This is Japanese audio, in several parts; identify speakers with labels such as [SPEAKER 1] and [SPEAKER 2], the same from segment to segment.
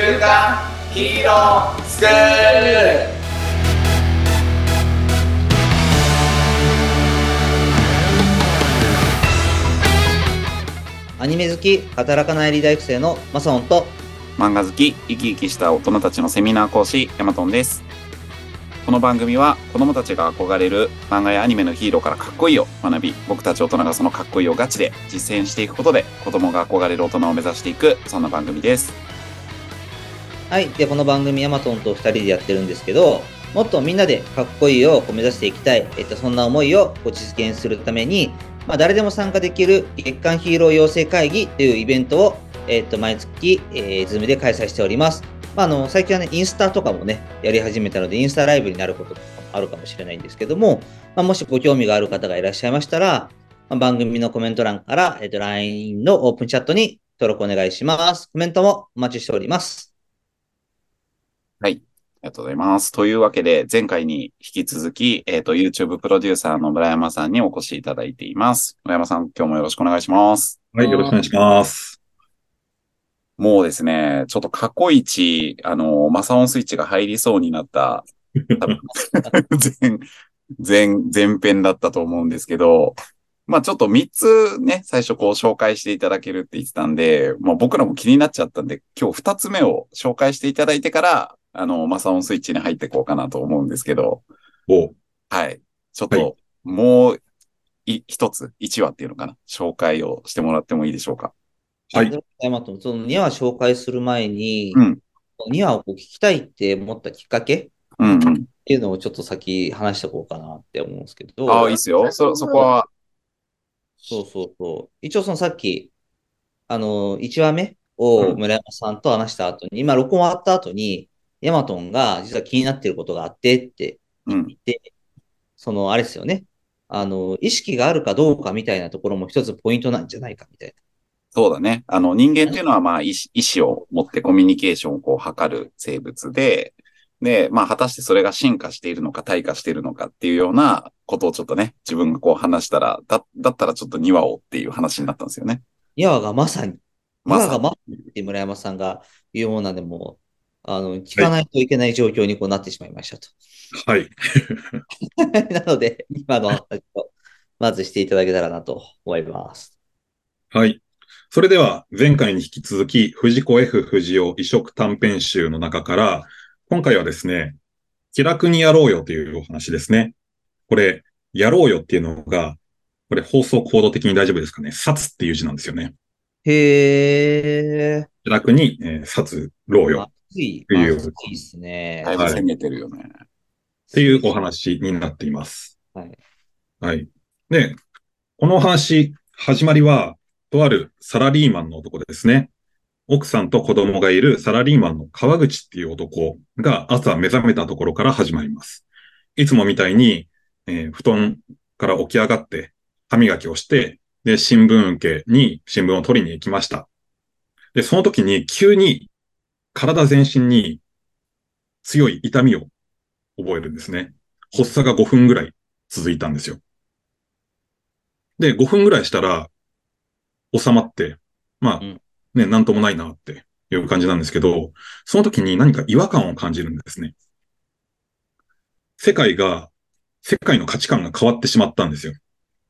[SPEAKER 1] 週刊ヒーロースクール。
[SPEAKER 2] アニメ好き、働かないリーダー育成のマサオンと、
[SPEAKER 3] 漫画好き、生き生きした大人たちのセミナー講師、ヤマトンです。この番組は子供たちが憧れる漫画やアニメのヒーローからかっこいいを学び、僕たち大人がそのかっこいいをガチで実践していくことで、子供が憧れる大人を目指していく、そんな番組です。
[SPEAKER 2] はい。で、この番組ヤマトンと2人でやってるんですけど、もっとみんなでかっこいいを目指していきたい、そんな思いを実現するために、誰でも参加できる月間ヒーロー養成会議というイベントを、毎月、Zoom で開催しております。最近はね、インスタとかもね、やり始めたので、インスタライブになることもあるかもしれないんですけども、もしご興味がある方がいらっしゃいましたら、番組のコメント欄から、LINE のオープンチャットに登録お願いします。コメントもお待ちしております。
[SPEAKER 3] はい。ありがとうございます。というわけで、前回に引き続き、YouTube プロデューサーの村山さんにお越しいただいています。村山さん、今日もよろしくお願いします。
[SPEAKER 4] はい、よろしくお願いします。
[SPEAKER 3] もうですね、ちょっと過去一、マサオンスイッチが入りそうになった、多分前編だったと思うんですけど、ちょっと3つね、最初紹介していただけるって言ってたんで、僕らも気になっちゃったんで、今日2つ目を紹介していただいてから、マサオンスイッチに入っていこうかなと思うんですけど、はい。ちょっと、もう一つ、1話っていうのかな、紹介をしてもらってもいいでしょうか。
[SPEAKER 2] はい。その2話紹介する前に、2話を聞きたいって思ったきっかけっていうのをちょっと先話しておこうかなって思うんですけど。
[SPEAKER 3] いいっすよ。そこは。
[SPEAKER 2] そう。一応さっき、1話目を村山さんと話した後に、今録音終わった後に、ヤマトンが実は気になってることがあってって言って、あれですよね。意識があるかどうかみたいなところも一つポイントなんじゃないかみたいな。
[SPEAKER 3] そうだね。人間っていうのは、意思を持ってコミュニケーションを図る生物で、果たしてそれが進化しているのか、退化しているのかっていうようなことをちょっとね、自分が話したら、だったらちょっと2話をっていう話になったんですよね。
[SPEAKER 2] 2話がまさにって村山さんが言うものなんで、も聞かないといけない状況になってしまいましたと。
[SPEAKER 4] はい。
[SPEAKER 2] なので、今の話をまずしていただけたらなと思います。
[SPEAKER 4] はい。それでは、前回に引き続き、藤子 F 不二雄異色短編集の中から、今回はですね、気楽にやろうよというお話ですね。これ、やろうよっていうのが、これ放送コード的に大丈夫ですかね。殺っていう字なんですよね。
[SPEAKER 2] へー。
[SPEAKER 4] 気楽に、殺ろうよ。
[SPEAKER 2] いいですね。
[SPEAKER 3] だいぶ攻めてるよね。
[SPEAKER 4] っていうお話になっています。
[SPEAKER 2] はい。
[SPEAKER 4] はい。で、このお話、始まりは、とあるサラリーマンの男ですね。奥さんと子供がいるサラリーマンの川口っていう男が朝目覚めたところから始まります。いつもみたいに、布団から起き上がって歯磨きをして、で、新聞受けに新聞を取りに行きました。で、その時に急に体全身に強い痛みを覚えるんですね。発作が5分ぐらい続いたんですよ。で、5分ぐらいしたら収まって、なんともないなっていう感じなんですけど、その時に何か違和感を感じるんですね。世界の価値観が変わってしまったんですよ。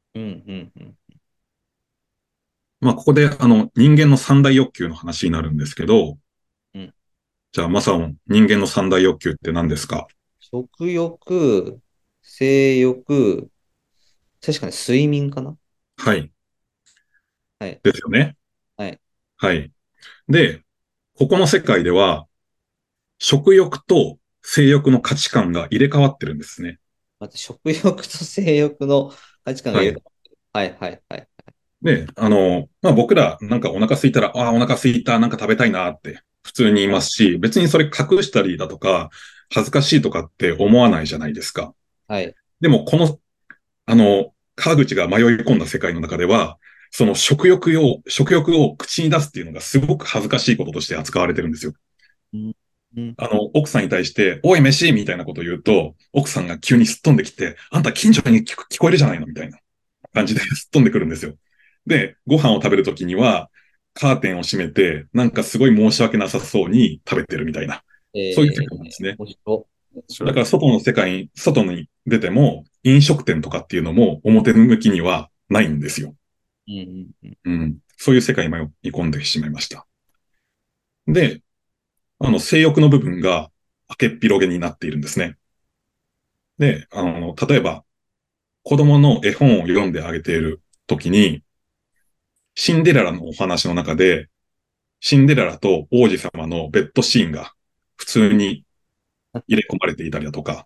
[SPEAKER 4] ここで人間の三大欲求の話になるんですけど、じゃあマサオン、人間の三大欲求って何ですか？
[SPEAKER 2] 食欲、性欲、確かに睡眠かな？
[SPEAKER 4] はい。
[SPEAKER 2] はい。
[SPEAKER 4] ですよね。
[SPEAKER 2] はい。
[SPEAKER 4] はい。で、ここの世界では、食欲と性欲の価値観が入れ替わってるんですね。
[SPEAKER 2] 食欲と性欲の価値観が入れ替わってる。はい。
[SPEAKER 4] で、僕らなんかお腹空いたら、お腹空いた、なんか食べたいなって普通に言いますし、別にそれ隠したりだとか、恥ずかしいとかって思わないじゃないですか。
[SPEAKER 2] はい。
[SPEAKER 4] でも、川口が迷い込んだ世界の中では、その食欲を口に出すっていうのがすごく恥ずかしいこととして扱われてるんですよ。奥さんに対して、おい飯みたいなことを言うと、奥さんが急にすっ飛んできて、あんた近所に聞こえるじゃないのみたいな感じですっ飛んでくるんですよ。で、ご飯を食べるときには、 カーテンを閉めて、なんかすごい申し訳なさそうに食べてるみたいな、そういう世界なんですね。
[SPEAKER 2] 面白
[SPEAKER 4] だから外の世界に、外に出ても、飲食店とかっていうのも表向きにはないんですよ。
[SPEAKER 2] い。
[SPEAKER 4] そういう世界に迷い込んでしまいました。で、性欲の部分が明けっ広げになっているんですね。で、例えば、子供の絵本を読んであげている時に、シンデレラのお話の中で、シンデレラと王子様のベッドシーンが普通に入れ込まれていたりだとか、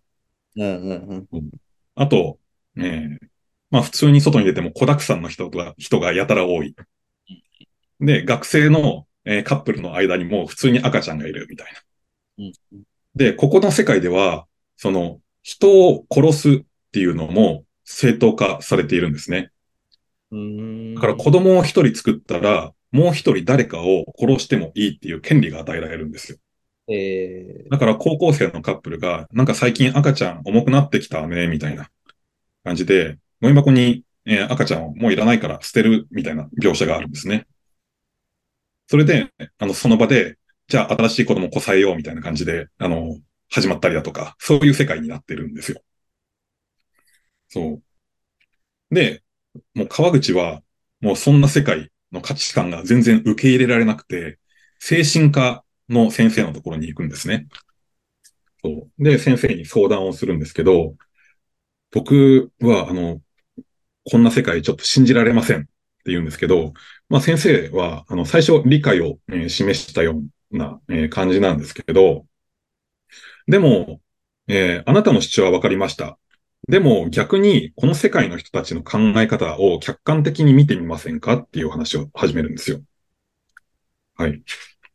[SPEAKER 4] あと、まあ普通に外に出ても子沢山の人がやたら多い。で、学生の、カップルの間にも普通に赤ちゃんがいるみたいな。で、ここの世界では、人を殺すっていうのも正当化されているんですね。だから子供を一人作ったら、もう一人誰かを殺してもいいっていう権利が与えられるんですよ。だから高校生のカップルが、なんか最近赤ちゃん重くなってきたね、みたいな感じで、ゴミ箱に、赤ちゃんをもういらないから捨てるみたいな描写があるんですね。それで、その場で、じゃあ新しい子供をこさえようみたいな感じで、始まったりだとか、そういう世界になってるんですよ。そう。で、もう川口は、もうそんな世界の価値観が全然受け入れられなくて、精神科の先生のところに行くんですね。そう。で、先生に相談をするんですけど、僕は、こんな世界ちょっと信じられませんって言うんですけど、まあ先生は、最初理解を、示したような、感じなんですけど、でも、あなたの主張はわかりました。でも逆にこの世界の人たちの考え方を客観的に見てみませんかっていう話を始めるんですよ。はい。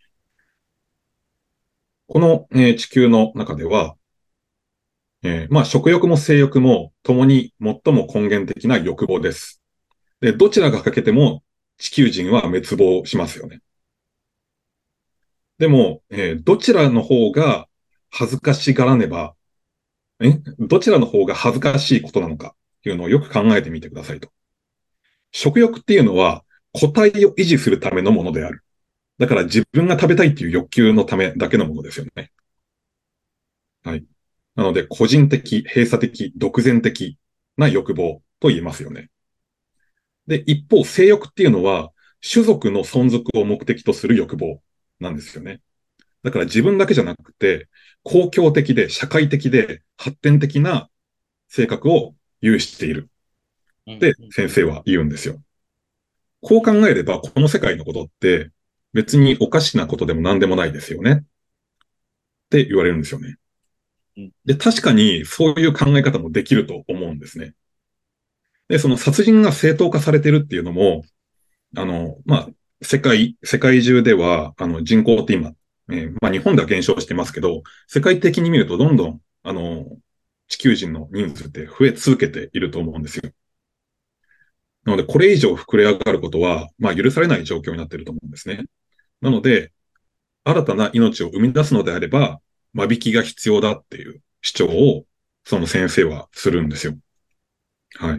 [SPEAKER 4] この、地球の中では、まあ食欲も性欲も共に最も根源的な欲望です。で、どちらが欠けても地球人は滅亡しますよね。でも、どちらの方が恥ずかしがらねば、どちらの方が恥ずかしいことなのかっていうのをよく考えてみてくださいと。食欲っていうのは個体を維持するためのものである。だから自分が食べたいっていう欲求のためだけのものですよね。はい。なので、個人的、閉鎖的、独善的な欲望と言えますよね。で、一方、性欲っていうのは、種族の存続を目的とする欲望なんですよね。だから自分だけじゃなくて、公共的で社会的で発展的な性格を有しているって先生は言うんですよ。こう考えれば、この世界のことって別におかしなことでも何でもないですよねって言われるんですよね。で、確かにそういう考え方もできると思うんですね。で、その殺人が正当化されてるっていうのも、まあ、世界中では、人口って今、まあ日本では減少してますけど、世界的に見るとどんどん、地球人の人数って増え続けていると思うんですよ。なので、これ以上膨れ上がることは、まあ許されない状況になっていると思うんですね。なので、新たな命を生み出すのであれば、間引きが必要だっていう主張を、その先生はするんですよ。はい。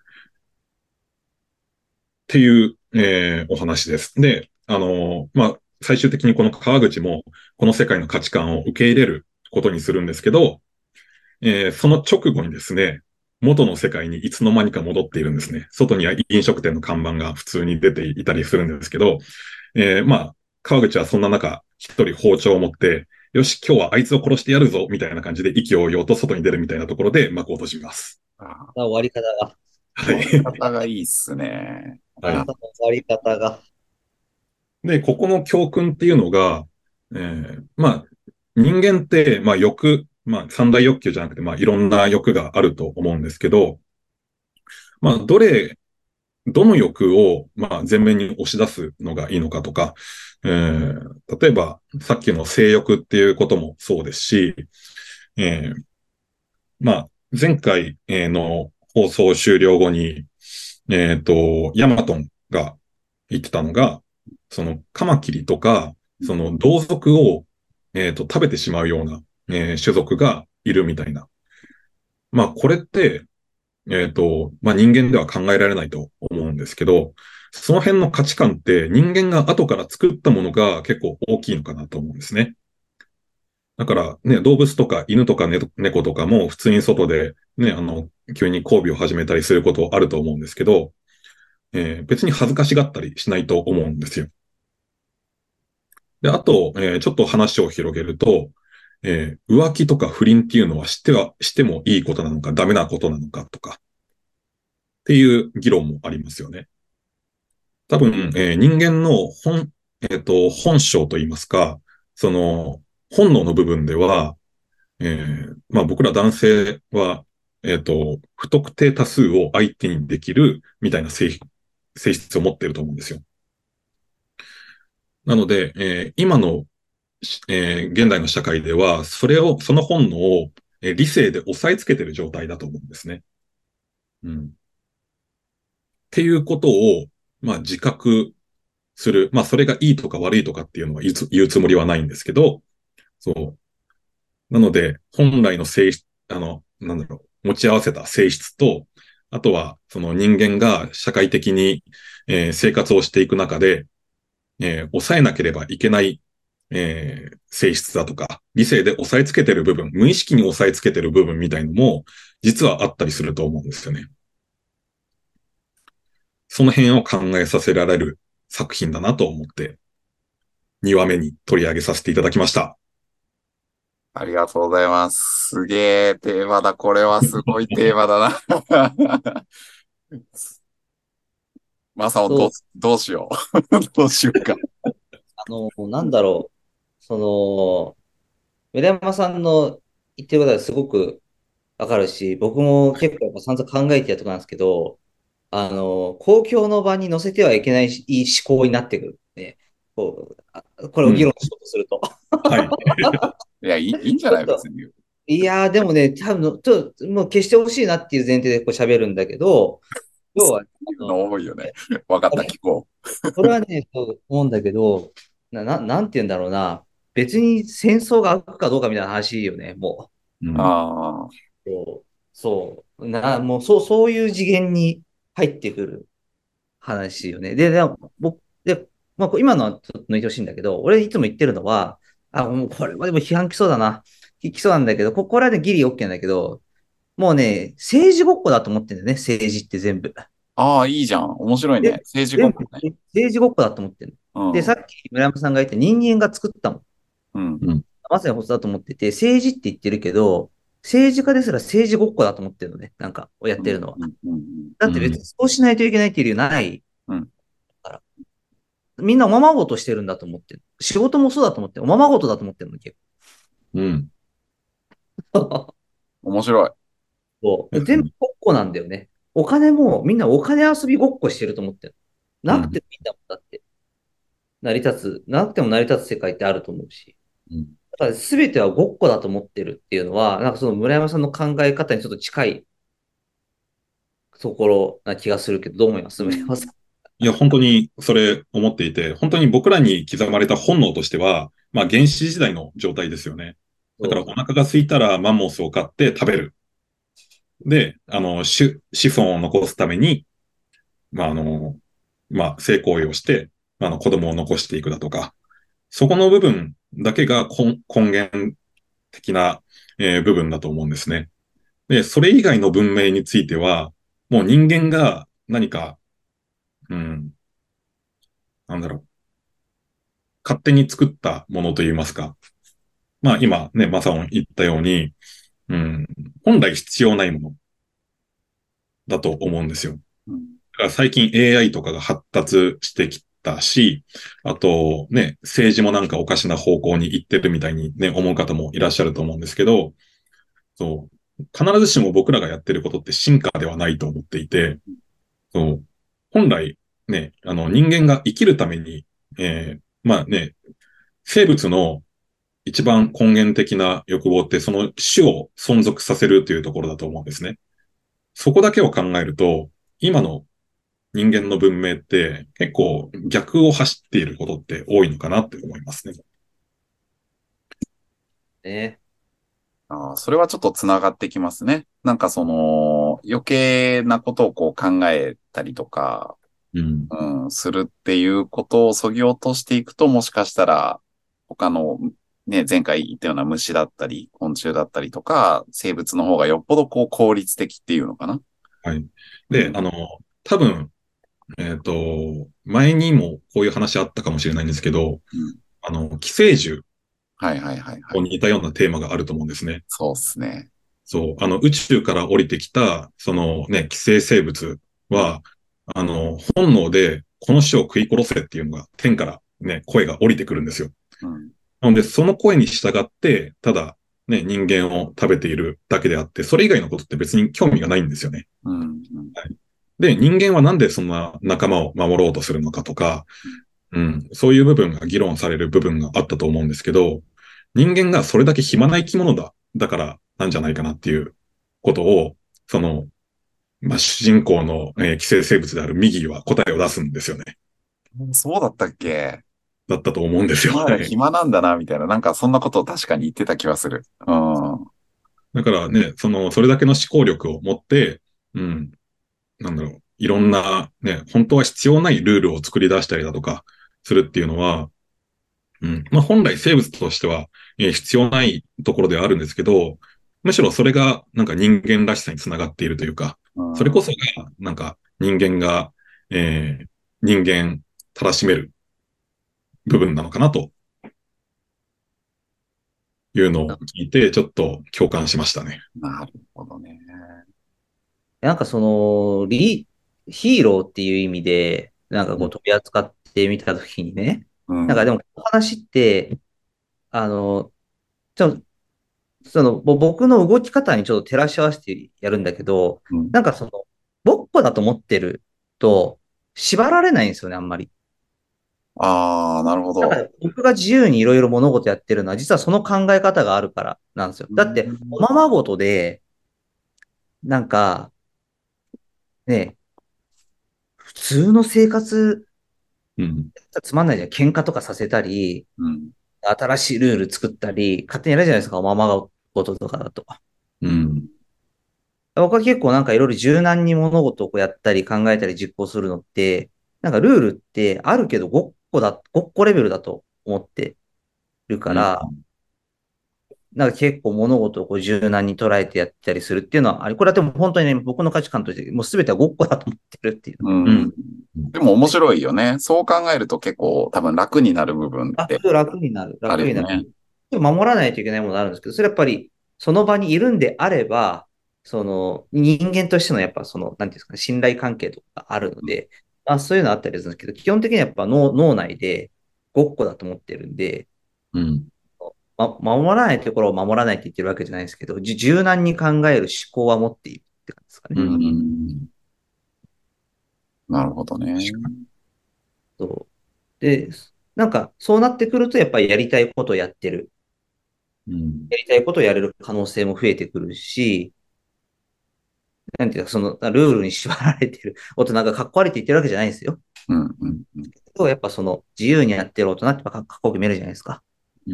[SPEAKER 4] っていう、お話です。で、まあ、最終的にこの川口も、この世界の価値観を受け入れることにするんですけど、その直後にですね、元の世界にいつの間にか戻っているんですね。外には飲食店の看板が普通に出ていたりするんですけど、まあ、川口はそんな中、一人包丁を持って、よし、今日はあいつを殺してやるぞ、みたいな感じで意気揚々と外に出るみたいなところで幕を閉じます。
[SPEAKER 2] 終わり方が。
[SPEAKER 3] はい。方がいいっすね。
[SPEAKER 2] 終わり方が。
[SPEAKER 4] で、ここの教訓っていうのが、まあ、人間って、まあまあ三大欲求じゃなくて、まあいろんな欲があると思うんですけど、まあどの欲を、まあ前面に押し出すのがいいのかとか、例えばさっきの性欲っていうこともそうですし、まあ前回の放送終了後に、ヤマトンが言ってたのが、そのカマキリとか、その同族を、食べてしまうような、種族がいるみたいな。まあこれって、まあ人間では考えられないと思うんですけど、 その辺の価値観って人間が後から作ったものが結構大きいのかなと思うんですね。だからね、動物とか犬とか猫とかも普通に外でね、急に交尾を始めたりすることあると思うんですけど、別に恥ずかしがったりしないと思うんですよ。で、あと、ちょっと話を広げると、浮気とか不倫っていうのはしてもいいことなのかダメなことなのかとかっていう議論もありますよね。多分、人間の本性といいますか、その、本能の部分では、まあ僕ら男性は、不特定多数を相手にできるみたいな性質を持っていると思うんですよ。なので、今の、現代の社会では、その本能を、理性で抑えつけている状態だと思うんですね。うん。っていうことを、まあ自覚する。まあそれがいいとか悪いとかっていうのは言うつもりはないんですけど、そう。なので、本来の性質、なんだろ持ち合わせた性質と、あとは、その人間が社会的に、生活をしていく中で、抑えなければいけない、性質だとか、理性で抑えつけてる部分、無意識に抑えつけてる部分みたいのも、実はあったりすると思うんですよね。その辺を考えさせられる作品だなと思って、2話目に取り上げさせていただきました。
[SPEAKER 3] ありがとうございます。すげえテーマだ。これはすごいテーマだな。マサオン
[SPEAKER 2] そう、
[SPEAKER 3] どうしよう。どうしようか。
[SPEAKER 2] なんだろう。村山さんの言ってることはすごくわかるし、僕も結構やっぱ散々考えてやるとこなんですけど、公共の場に乗せてはいけない思考になってくるね。これを議
[SPEAKER 4] うん。
[SPEAKER 2] 論しようとすると。
[SPEAKER 4] はい。
[SPEAKER 3] いや、いいんじゃない別に。
[SPEAKER 2] いやー、でもね、多分もう消してほしいなっていう前提でこう喋るんだけど、要は、
[SPEAKER 3] いうの多いよね。わかった、聞こ
[SPEAKER 2] これはね、そう思うんだけど、なんて言うんだろうな。別に戦争が悪かどうかみたいな話よね、も
[SPEAKER 3] う。
[SPEAKER 4] うん。
[SPEAKER 3] ああ。
[SPEAKER 2] う。もうそういう次元に入ってくる話よね。まあ、今のはちょっと抜いてほしいんだけど、俺いつも言ってるのは、もうこれはでも批判来そうだな。来そうなんだけど、これはね、ギリ OK なんだけど、もうね、政治ごっこだと思ってるんだよね、政治って全部。
[SPEAKER 3] ああ、いいじゃん。面白いね。
[SPEAKER 2] で、
[SPEAKER 3] 政治ご
[SPEAKER 2] 全部
[SPEAKER 3] っこね。
[SPEAKER 2] 政治ごっこだと思ってる。で、さっ
[SPEAKER 3] うん。
[SPEAKER 2] き村山さんが言った人間が作ったもん。
[SPEAKER 3] うん。
[SPEAKER 4] うん。
[SPEAKER 2] まさに発だと思ってて、政治って言ってるけど、政治家ですら政治ごっこだと思ってるのね。なんか、をやっ
[SPEAKER 3] うん。
[SPEAKER 2] てるのは。
[SPEAKER 3] うん。うん。
[SPEAKER 2] だって別にそうしないといけないっていう理由ない
[SPEAKER 3] うん。
[SPEAKER 2] から。みんなおままごとしてるんだと思ってる。仕事もそうだと思ってる。おままごとだと思ってるの、結
[SPEAKER 4] うん。
[SPEAKER 2] 構。
[SPEAKER 3] 面白い。
[SPEAKER 2] そう全部ごっこなんだよね。お金もみんなお金遊びごっこしてると思ってる。なく
[SPEAKER 4] うん。
[SPEAKER 2] てもいいんだもんだって。なくても成り立つ世界ってあると思うし。
[SPEAKER 4] うん。
[SPEAKER 2] だから全てはごっこだと思ってるっていうのは、なんかその村山さんの考え方にちょっと近いところな気がするけど、どう思います村山さん？
[SPEAKER 4] いや、本当にそれ思っていて、本当に僕らに刻まれた本能としては、まあ原始時代の状態ですよね。だからお
[SPEAKER 2] そう
[SPEAKER 4] 腹が空いたらマンモスを買って食べる。で、子孫を残すために、まあまあ性行為をして、子供を残していくだとか、そこの部分だけが根源的な、部分だと思うんですね。で、それ以外の文明については、もう人間が何か、うん、なんだろう、勝手に作ったものといいますか。まあ今ね、マサオン言ったように、うん、本来必要ないものだと思うんですよ。だ
[SPEAKER 3] うん。
[SPEAKER 4] から最近 AI とかが発達してきたし、あとね、政治もなんかおかしな方向に行ってるみたいにね、思う方もいらっしゃると思うんですけど、そう、必ずしも僕らがやってることって進化ではないと思っていて、そう、本来ね、人間が生きるために、まあね、生物の一番根源的な欲望って、その種を存続させるというところだと思うんですね。そこだけを考えると、今の人間の文明って結構逆を走っていることって多いのかなって思いますね。
[SPEAKER 2] ね。
[SPEAKER 3] ああ、それはちょっとつながってきますね。なんかその、余計なことをこう考えたりとか、
[SPEAKER 4] うん。
[SPEAKER 3] するっていうことを削ぎ落としていくと、もしかしたら、他の、ね、前回言ったような虫だったり、昆虫だったりとか、生物の方がよっぽどこう効率的っていうのかな。
[SPEAKER 4] はい。で、
[SPEAKER 3] うん。
[SPEAKER 4] 多分、前にもこういう話あったかもしれないんですけど、
[SPEAKER 3] うん。
[SPEAKER 4] 寄生獣
[SPEAKER 3] はいはいはいはい。
[SPEAKER 4] と似たようなテーマがあると思うんですね。
[SPEAKER 3] そうっすね。
[SPEAKER 4] そう、宇宙から降りてきた、そのね、寄生生物
[SPEAKER 3] うん。
[SPEAKER 4] は、本能で、この種を食い殺せっていうのが、天からね、声が降りてくるんですよ。
[SPEAKER 3] うん。
[SPEAKER 4] なので、その声に従って、ただ、ね、人間を食べているだけであって、それ以外のことって別に興味がないんですよね。
[SPEAKER 3] うん。うん。
[SPEAKER 4] で、人間はなんでそんな仲間を守ろうとするのかとか、うん、そういう部分が議論される部分があったと思うんですけど、人間がそれだけ暇な生き物だからなんじゃないかなっていうことを、その、主人公の、寄生生物であるミギーは答えを出すんですよね。
[SPEAKER 3] そうだったっけ？
[SPEAKER 4] だったと思うんですよ。
[SPEAKER 3] お前ら
[SPEAKER 4] はい。
[SPEAKER 3] 暇なんだな、みたいな。なんかそんなことを確かに言ってた気はする。うん。
[SPEAKER 4] だからね、それだけの思考力を持って、うん、なんだろう、いろんなね、本当は必要ないルールを作り出したりだとかするっていうのは、うん。まあ本来生物としては、必要ないところではあるんですけど、むしろそれがなんか人間らしさにつながっているというか、
[SPEAKER 3] うん。
[SPEAKER 4] それこそがなんか人間が、人間たらしめる部分なのかなというのを聞いて、ちょっと共感しましたね。
[SPEAKER 3] なるほどね。
[SPEAKER 2] なんかその、ヒーローっていう意味で、なんか
[SPEAKER 4] うん。
[SPEAKER 2] こう取り扱ってみたときにね、
[SPEAKER 3] うん。
[SPEAKER 2] なんかでも、この話って、あの、ちょっと、僕の動き方にちょっと照らし合わせてやるんだけど、
[SPEAKER 3] うん。
[SPEAKER 2] なんかその、ぼっこだと思ってると、縛られないんですよね、あんまり。
[SPEAKER 3] ああ、なるほど。
[SPEAKER 2] だから僕が自由にいろいろ物事やってるのは、実はその考え方があるからなんですよ。
[SPEAKER 3] う
[SPEAKER 2] だって、お
[SPEAKER 3] ん。
[SPEAKER 2] ままごとで、なんか、ね、普通の生活、
[SPEAKER 4] うん。
[SPEAKER 2] つまんないじゃん。喧嘩とかさせたり、
[SPEAKER 3] うん。
[SPEAKER 2] 新しいルール作ったり、勝手にやるじゃないですか、おままごととかだと。
[SPEAKER 3] うん。
[SPEAKER 4] うん。
[SPEAKER 2] 僕は結構なんかいろいろ柔軟に物事をこうやったり考えたり実行するのって、なんかルールってあるけどごっこレベルだと思ってるか
[SPEAKER 4] うん。
[SPEAKER 2] ら、なんか結構物事をこう柔軟に捉えてやったりするっていうのはあれ、これはでも本当にね、僕の価値観として、もう全てはごっこだと思ってるっていう。
[SPEAKER 3] うん。
[SPEAKER 4] うん。
[SPEAKER 3] でも面白いよね。そう考えると結構多分楽になる部分って
[SPEAKER 2] 楽になる、楽になる。
[SPEAKER 3] あるよね。
[SPEAKER 2] でも守らないといけないものがあるんですけど、それやっぱりその場にいるんであれば、その人間としてのやっぱその、なんていうんですかね、信頼関係とかあるので、まあそういうのあったりするんですけど、基本的にはやっぱ脳内でごっこだと思ってるんで、
[SPEAKER 4] うん。
[SPEAKER 2] 守らないところを守らないって言ってるわけじゃないですけど、柔軟に考える思考は持っているって感じですかね。
[SPEAKER 3] うん。なるほどね。
[SPEAKER 2] そうで、なんかそうなってくると、やっぱりやりたいことをやってる。
[SPEAKER 4] うん。
[SPEAKER 2] やりたいことをやれる可能性も増えてくるし、なんていうか、そのルールに縛られてる大人がかっこ悪いって言ってるわけじゃないんですよ。
[SPEAKER 3] うん。うん。うん。
[SPEAKER 2] やっぱその自由にやってる大人ってかっこよく見えるじゃないですか。
[SPEAKER 4] うん。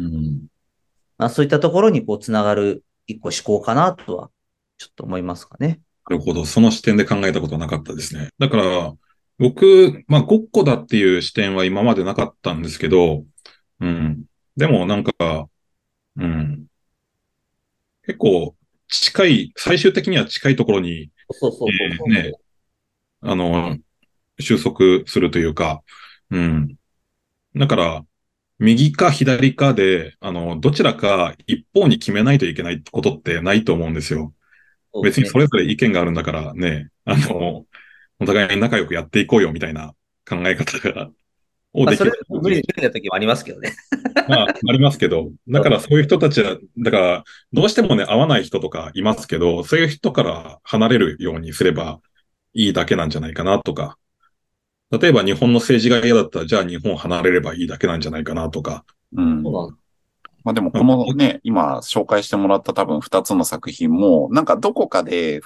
[SPEAKER 2] まあ、そういったところにこうつながる一個思考かなとはちょっと思いますかね。
[SPEAKER 4] なるほど。その視点で考えたことはなかったですね。だから、僕、まあ、ごっこだっていう視点は今までなかったんですけど、うん。でもなんか、うん。結構最終的には近いところに、
[SPEAKER 2] そうそうそうそう
[SPEAKER 4] ね、あの、収束するというか、うん。だから、右か左かで、どちらか一方に決めないといけないことってないと思うんですよ。
[SPEAKER 2] そうですね。
[SPEAKER 4] 別にそれぞれ意見があるんだからね、お互いに仲良くやっていこうよみたいな考え方を
[SPEAKER 2] まあ、
[SPEAKER 4] できる
[SPEAKER 2] それ無理な時もありますけどね。
[SPEAKER 4] まあ、ありますけど、だからそういう人たちは、だから、どうしてもね、合わない人とかいますけど、そういう人から離れるようにすればいいだけなんじゃないかなとか、例えば日本の政治が嫌だったら、じゃあ日本を離れればいいだけなんじゃないかなとか、
[SPEAKER 3] うん。
[SPEAKER 2] そうなんです。
[SPEAKER 3] まあでも
[SPEAKER 4] まあ
[SPEAKER 3] このね、今紹介してもらった多分二つの作品も、なんかどこかで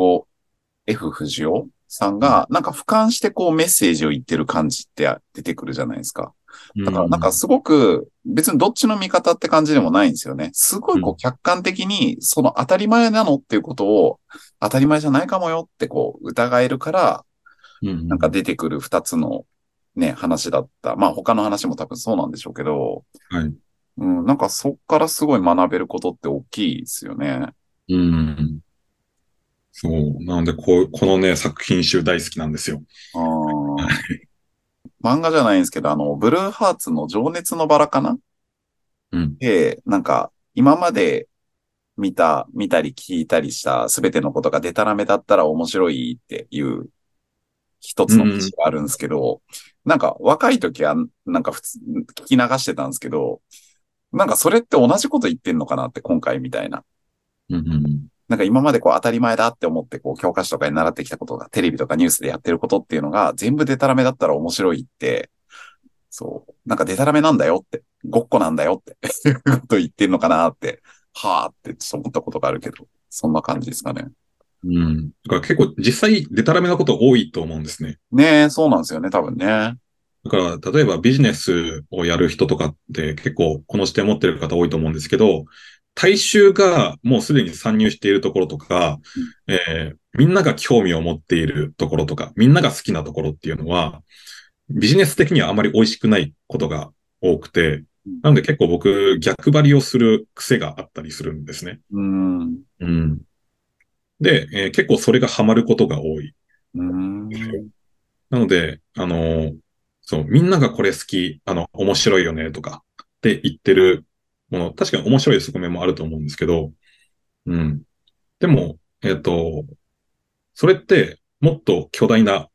[SPEAKER 3] F 藤子さんが、なんか俯瞰してこうメッセージを言ってる感じって出てくるじゃないですか。
[SPEAKER 4] う
[SPEAKER 3] だからなんか
[SPEAKER 4] ん、
[SPEAKER 3] すごく別にどっちの味方って感じでもないんですよね。すごいこう
[SPEAKER 4] うん、
[SPEAKER 3] 客観的にその当たり前なのっていうことを当たり前じゃないかもよってこう疑えるから、 なんか出てくる二つのね、話だった。まあ他の話も多分そうなんでしょうけど、
[SPEAKER 4] はい。
[SPEAKER 3] うん、なんかそっからすごい学べることって大きいですよね。
[SPEAKER 4] うん。そう。なので、このね、作品集大好きなんですよ。
[SPEAKER 3] あー、漫画じゃないんですけど、ブルーハーツの情熱のバラかな
[SPEAKER 4] うん。
[SPEAKER 3] で、なんか、今まで見たり聞いたりしたすべてのことがデタラメだったら面白いっていう一つの記
[SPEAKER 4] うん。
[SPEAKER 3] 事があるんですけど、なんか若い時はなんか普通聞き流してたんですけど、なんかそれって同じこと言ってんのかなって今回みたいな。
[SPEAKER 4] うん。
[SPEAKER 3] なんか今までこう当たり前だって思ってこう教科書とかに習ってきたことがテレビとかニュースでやってることっていうのが全部デタラメだったら面白いって、そう、なんかデタラメなんだよって、ごっこなんだよっていうこと言ってんのかなって、はーってちょっと思ったことがあるけど、そんな感じですかね。
[SPEAKER 4] うん。だから結構実際デタラメなこと多いと思うんですね。
[SPEAKER 3] ねえ、そうなんですよね、多分ね。
[SPEAKER 4] だから、例えばビジネスをやる人とかって結構この視点を持ってる方多いと思うんですけど、大衆がもうすでに参入しているところとか、みんなが興味を持っているところとか、みんなが好きなところっていうのは、ビジネス的にはあまり美味しくないことが多くて、なので結構僕逆張りをする癖があったりするんですね。
[SPEAKER 3] うん。
[SPEAKER 4] うん。で、結構それがハマることが多い。
[SPEAKER 3] うん。
[SPEAKER 4] なので、そう、みんながこれ好き、面白いよねとかって言ってるもの、確かに面白い側面もあると思うんですけど、うん。でも、それってもっと巨大な、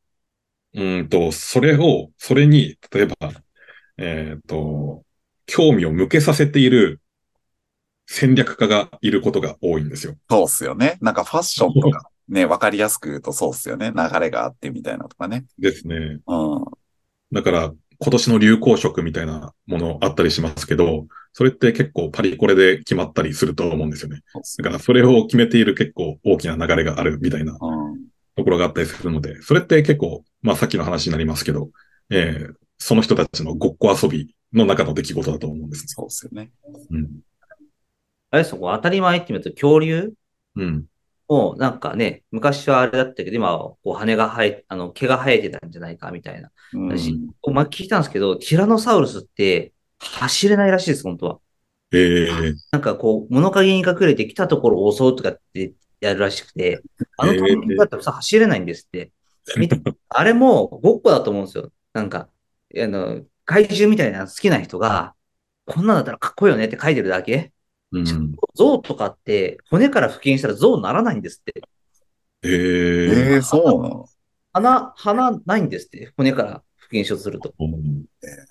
[SPEAKER 4] それに、例えば、えっと、興味を向けさせている戦略家がいることが多いんですよ。
[SPEAKER 3] そうっすよね。なんかファッションとかね、わかりやすく言うとそうっすよね。流れがあってみたいなとかね。
[SPEAKER 4] ですね。
[SPEAKER 3] うん。
[SPEAKER 4] だから、今年の流行色みたいなものあったりしますけど、それって結構パリコレで決まったりすると思うんですよね。
[SPEAKER 3] そうっすね。
[SPEAKER 4] だから、それを決めている結構大きな流れがあるみたいな
[SPEAKER 3] うん。
[SPEAKER 4] ところがあったりするので、それって結構、まあさっきの話になりますけど、その人たちのごっこ遊びの中の出来事だと思うんですね。
[SPEAKER 3] そうっすよね。
[SPEAKER 4] うん。
[SPEAKER 2] あれですよ、こう当たり前って言うと恐竜
[SPEAKER 4] うん。
[SPEAKER 2] もなんかね、昔はあれだったけど、今はこう羽が生え、毛が生えてたんじゃないかみたいな
[SPEAKER 3] う
[SPEAKER 2] 話。
[SPEAKER 3] ん。
[SPEAKER 2] まあ、聞いたんですけど、ティラノサウルスって走れないらしいです、本当は。
[SPEAKER 4] え
[SPEAKER 2] なんかこう、物陰に隠れて来たところを襲うとかってやるらしくて、あの体型だ
[SPEAKER 4] ー、
[SPEAKER 2] ったらさ、走れないんですって。あれもごっこだと思うんですよ。なんか、怪獣みたいなの好きな人が、こんなんだったらかっこいいよねって書いてるだけ。
[SPEAKER 4] うん。
[SPEAKER 2] 象とかって骨から復元したら象にならないんですって。
[SPEAKER 3] ええ、そうなの。
[SPEAKER 2] 鼻ないんですって。骨から復元しようとすると。
[SPEAKER 4] うん。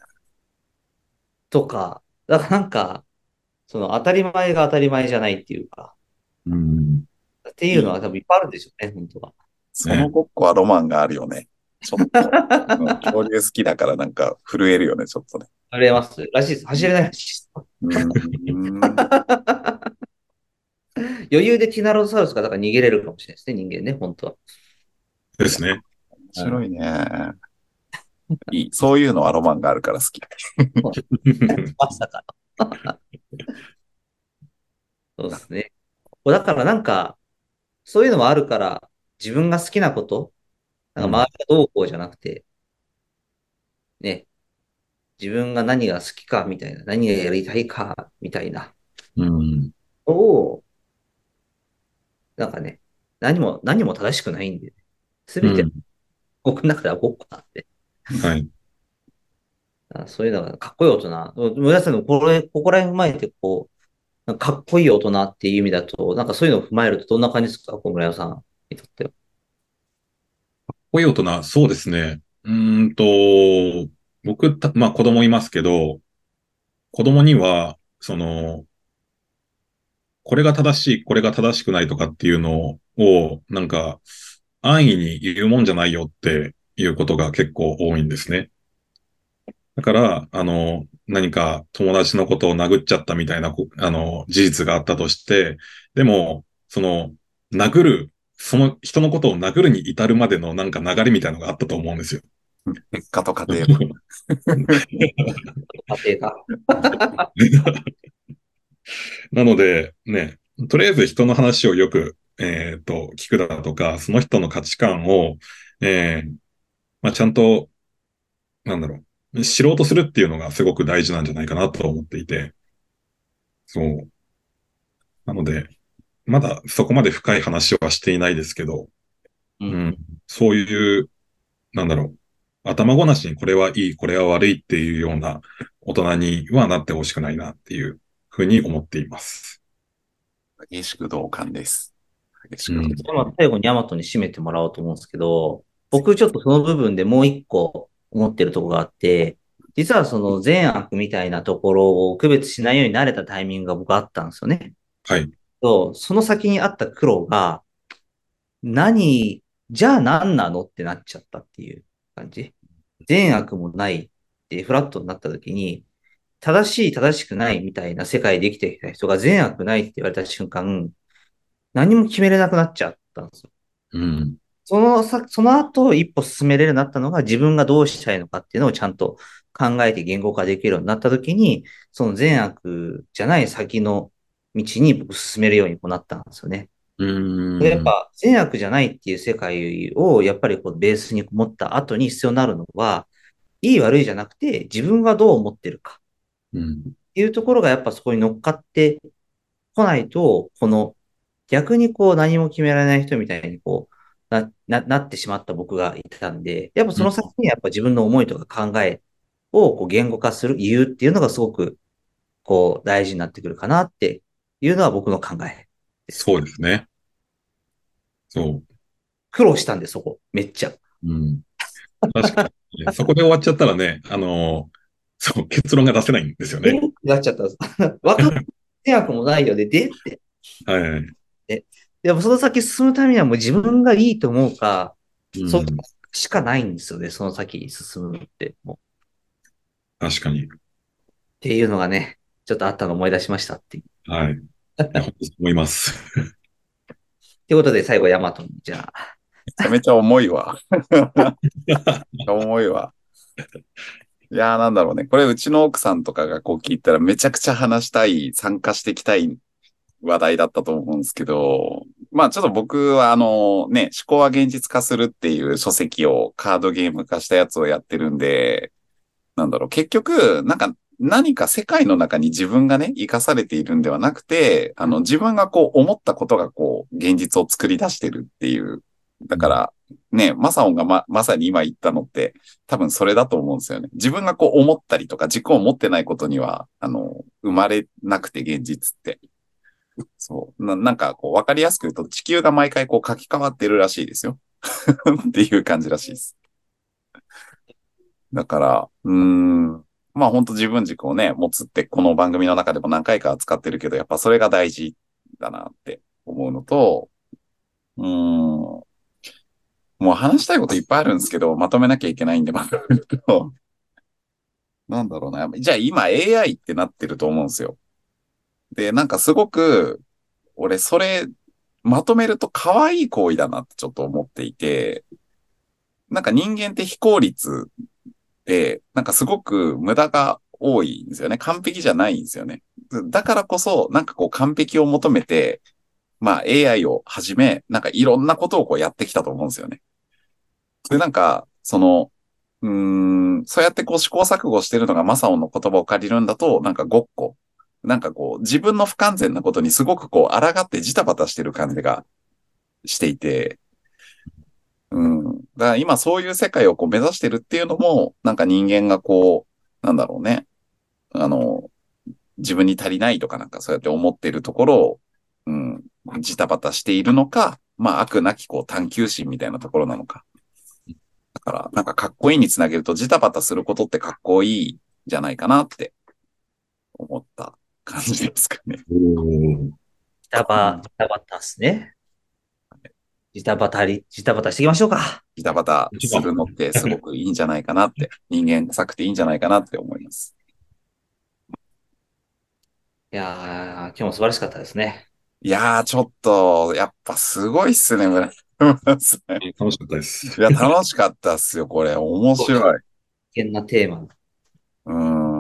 [SPEAKER 2] とか、だからなんか、その当たり前が当たり前じゃないっていうか、
[SPEAKER 4] うん。
[SPEAKER 2] っていうの
[SPEAKER 3] いい。
[SPEAKER 2] は多分いっぱいあるんでしょうね、本当は。
[SPEAKER 3] その
[SPEAKER 4] ね。
[SPEAKER 3] ごっこはロマンがあるよね。ちょっと。うん、恐竜好きだからなんか震えるよね、ちょっとね。
[SPEAKER 2] ありますらしいです。走れないらしいです。
[SPEAKER 3] うん。
[SPEAKER 2] 余裕でティナロサウルスがだから逃げれるかもしれないですね、人間ね、本当は。
[SPEAKER 3] いや、
[SPEAKER 4] ですね。
[SPEAKER 3] 面白いね。いい。そういうのはロマンがあるから好き。
[SPEAKER 2] まさかの。そうですね。だからなんか、そういうのもあるから、自分が好きなこと、なんか
[SPEAKER 4] うん。
[SPEAKER 2] 周りがどうこうじゃなくて、ね、自分が何が好きかみたいな、何がやりたいかみたいな
[SPEAKER 4] うん。
[SPEAKER 2] のを、なんかね、何も正しくないんで、すべて
[SPEAKER 4] うん。
[SPEAKER 2] 僕の中ではごっこなんで、
[SPEAKER 4] はい。
[SPEAKER 2] そういうのがかっこいい大人、皆さんのここら辺踏まえて、こう、なんかかっこいい大人っていう意味だと、なんかそういうのを踏まえるとどんな感じですか、小村さんにとっては。
[SPEAKER 4] こういう大人、そうですね。僕まあ子供いますけど、子供には、これが正しい、これが正しくないとかっていうのを、なんか、安易に言うもんじゃないよっていうことが結構多いんですね。だから、何か友達のことを殴っちゃったみたいな事実があったとして、でも、その人のことを殴るに至るまでのなんか流れみたいなのがあったと思うんですよ。
[SPEAKER 3] 結果と過程と。
[SPEAKER 2] 家庭が。
[SPEAKER 4] なので、ね、とりあえず人の話をよく、聞くだとか、その人の価値観を、 ちゃんと、なんだろ知ろうとするっていうのがすごく大事なんじゃないかなと思っていて、そう。なので、まだそこまで深い話はしていないですけど、
[SPEAKER 2] うん。
[SPEAKER 4] うん、そういう、なんだろう、頭ごなしにこれはいい、これは悪いっていうような大人にはなってほしくないなっていうふうに思っています。
[SPEAKER 3] 激しく同感です。激し
[SPEAKER 4] うん。
[SPEAKER 3] く同感。
[SPEAKER 2] 最後にヤマトに締めてもらおうと思うんですけど、僕ちょっとその部分でもう一個思ってるところがあって、実はその善悪みたいなところを区別しないようになれたタイミングが僕あったんですよね。
[SPEAKER 4] はい。
[SPEAKER 2] その先にあった苦労が、何、じゃあ何なのってなっちゃったっていう感じ。善悪もないってフラットになった時に、正しい正しくないみたいな世界で生きてきた人が善悪ないって言われた瞬間、何も決めれなくなっちゃったんですよ。
[SPEAKER 4] うん。
[SPEAKER 2] その後一歩進めれるようになったのが自分がどうしたいのかっていうのをちゃんと考えて言語化できるようになった時に、その善悪じゃない先の道に僕進めるようになったんですよね。
[SPEAKER 4] う
[SPEAKER 2] やっ
[SPEAKER 4] ん。
[SPEAKER 2] ぱ善悪じゃないっていう世界をやっぱりこうベースに持った後に必要になるのは、いい悪いじゃなくて自分がどう思ってるか
[SPEAKER 4] うん。
[SPEAKER 2] っていうところがやっぱそこに乗っかってこないと、この逆にこう何も決められない人みたいになってしまった僕がいたんで、やっぱその先にやっぱ自分の思いとか考えをこう言語化する理由っていうのがすごくこう大事になってくるかなっていうのは僕の考えです。
[SPEAKER 4] そうですね。そ
[SPEAKER 2] 苦労したんで、そこ。めっちゃ。
[SPEAKER 4] う。うん。確かにね。そこで終わっちゃったらね、そう、結論が出せないんですよね。
[SPEAKER 2] ってなっちゃったんです。分かってなくもないよね。でって。
[SPEAKER 4] はいはい。
[SPEAKER 2] で、でもその先進むためにはもう自分がいいと思うか、そこ
[SPEAKER 4] うん。
[SPEAKER 2] しかないんですよね。その先に進むって。もう
[SPEAKER 4] 確かに。
[SPEAKER 2] っていうのがね、ちょっとあったのを思い出しましたっていう。
[SPEAKER 4] はい。いや、本当に思います。
[SPEAKER 2] ということで、最後、ヤマトに、じゃあ。
[SPEAKER 3] めちゃめちゃ重いわ。重いわ。いやーなんだろうね。これうちの奥さんとかがこう聞いたらめちゃくちゃ話したい、参加していきたい話題だったと思うんですけど、まあちょっと僕は思考は現実化するっていう書籍をカードゲーム化したやつをやってるんで、なんだろう、結局、何か世界の中に自分がね、生かされているんではなくて、自分がこう思ったことがこう、現実を作り出してるっていう。だから、ね、マサオンがまさに今言ったのって、多分それだと思うんですよね。自分がこう思ったりとか、軸を持ってないことには、生まれなくて、現実って。そう。なんかこう、わかりやすく言うと、地球が毎回こう書き換わってるらしいですよ。っていう感じらしいです。だから、まあ本当自分軸をね、持つってこの番組の中でも何回か扱ってるけど、やっぱそれが大事だなって思うのと、もう話したいこといっぱいあるんですけど、まとめなきゃいけないんで、まとめると、なんだろうな。じゃあ今 AI ってなってると思うんですよ。で、なんかすごく、俺それ、まとめると可愛い行為だなってちょっと思っていて、なんか人間って非効率で、なんかすごく無駄が多いんですよね。完璧じゃないんですよね。だからこそ、なんかこう完璧を求めて、まあ AI をはじめ、なんかいろんなことをこうやってきたと思うんですよね。で、なんか、そうやってこう試行錯誤してるのがマサオンの言葉を借りるんだと、なんかごっこ。なんかこう、自分の不完全なことにすごくこう、抗ってジタバタしてる感じがしていて、だから今そういう世界をこう目指してるっていうのも、なんか人間がこう、なんだろうね。あの、自分に足りないとかなんかそうやって思っているところを、うん、ジタバタしているのか、まあ悪なきこう探求心みたいなところなのか。だから、なんかかっこいいにつなげるとジタバタすることってかっこいいんじゃないかなって思った感じですかね。
[SPEAKER 2] ジタバタっすね。ジタバタしていきましょうか。
[SPEAKER 3] ジタバタするのってすごくいいんじゃないかなって、人間臭くていいんじゃないかなって思います。
[SPEAKER 2] いやー、今日も素晴らしかったですね。
[SPEAKER 3] いやー、ちょっと、やっぱすごいっすね、村山さん。い
[SPEAKER 4] 楽しかったです。
[SPEAKER 3] や、楽しかったっすよ、これ。面白い。
[SPEAKER 2] 危険なテーマ。
[SPEAKER 3] うん。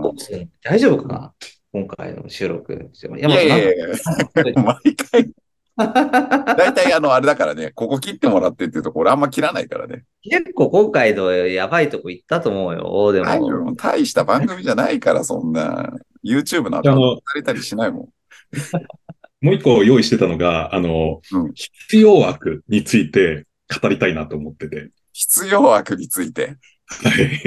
[SPEAKER 2] 大丈夫かな今回の収録。ヤ
[SPEAKER 3] いやい
[SPEAKER 2] マトなんか、
[SPEAKER 3] やいや、毎回。 大体あれだからね、ここ切ってもらってっていうところあんま切らないからね。
[SPEAKER 2] 結構今回のやばいとこ行ったと思うよ。でも。
[SPEAKER 3] 大した番組じゃないから、そんな。YouTube のアカウントされたりしないもん。
[SPEAKER 4] もう一個用意してたのが、必要悪について語りたいなと思ってて。
[SPEAKER 3] 必要悪について。
[SPEAKER 4] はい。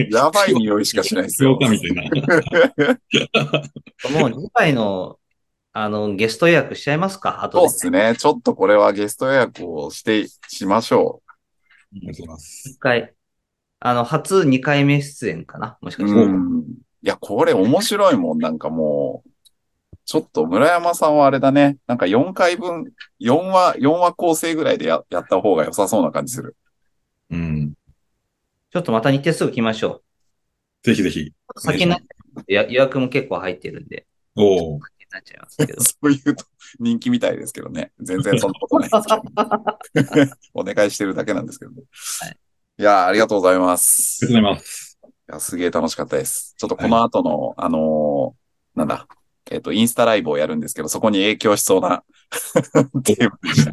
[SPEAKER 3] やばい匂いしかしないですよ。
[SPEAKER 4] 必要かみたいな。
[SPEAKER 2] もう次回の、ゲスト予約しちゃいますか、後
[SPEAKER 3] そう
[SPEAKER 2] で。
[SPEAKER 3] ですね。ちょっとこれはゲスト予約をしましょ
[SPEAKER 4] ありがとうございます
[SPEAKER 2] 一。回、初2回目出演かな、もしか
[SPEAKER 3] う。
[SPEAKER 2] して。
[SPEAKER 3] いや、これ面白いもん。なんかもう、ちょっと村山さんはあれだね。なんか4回分、4話構成ぐらいでやった方が良さそうな感じする。
[SPEAKER 4] うん。
[SPEAKER 2] ちょっとまた日程すぐ来ましょ
[SPEAKER 4] ぜひぜひ。
[SPEAKER 2] う。先になっ予約も結構入ってるんで。
[SPEAKER 4] おお。
[SPEAKER 2] 先になっちゃいますけど。
[SPEAKER 3] そういうと人気みたいですけどね。全然そんなことないですけど。お願いしてるだけなんですけどね。
[SPEAKER 2] はい、
[SPEAKER 3] いやー、ありがとうございま
[SPEAKER 4] あ
[SPEAKER 3] す。
[SPEAKER 4] りがとうございます。
[SPEAKER 3] いや、すげえ楽しかったです。ちょっとこの後の、なんだ、インスタライブをやるんですけど、そこに影響しそうなテーマでした。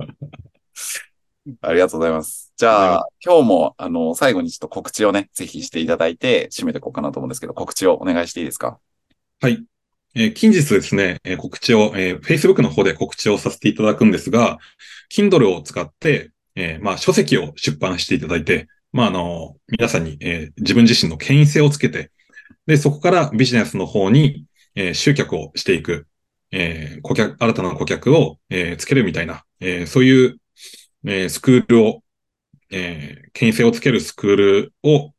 [SPEAKER 3] ありがとうございます。じゃあ、今日も、最後にちょっと告知をね、ぜひしていただいて、締めていこうかなと思うんですけど、告知をお願いしていいですか？
[SPEAKER 4] はい。近日ですね、告知を、Facebook の方で告知をさせていただくんですが、Kindle を使って、書籍を出版していただいて、皆さんに、自分自身の権威性をつけて、で、そこからビジネスの方に、集客をしていく、新たな顧客を、つけるみたいな、そういう、スクールを、権威性をつけるスクールを、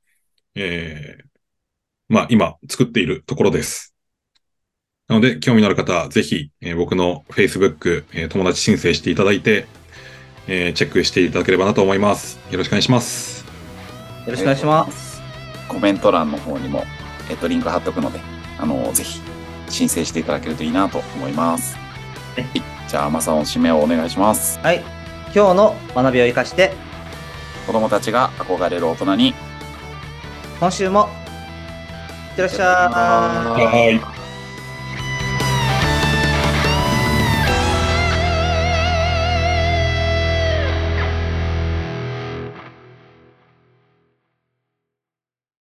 [SPEAKER 4] 今作っているところです。なので、興味のある方は、ぜひ、僕の Facebook、友達申請していただいて、チェックしていただければなと思います。よろしくお願いします。
[SPEAKER 2] よろしくお願いします。
[SPEAKER 3] コメント欄の方にも、リンク貼っておくので、ぜひ、申請していただけるといいなと思います。はい。じゃあ、マサオン締めをお願いします。
[SPEAKER 2] はい。今日の学びを生かして、
[SPEAKER 3] 子供たちが憧れる大人に、
[SPEAKER 2] 今週も、いってらっしゃい。
[SPEAKER 4] はい。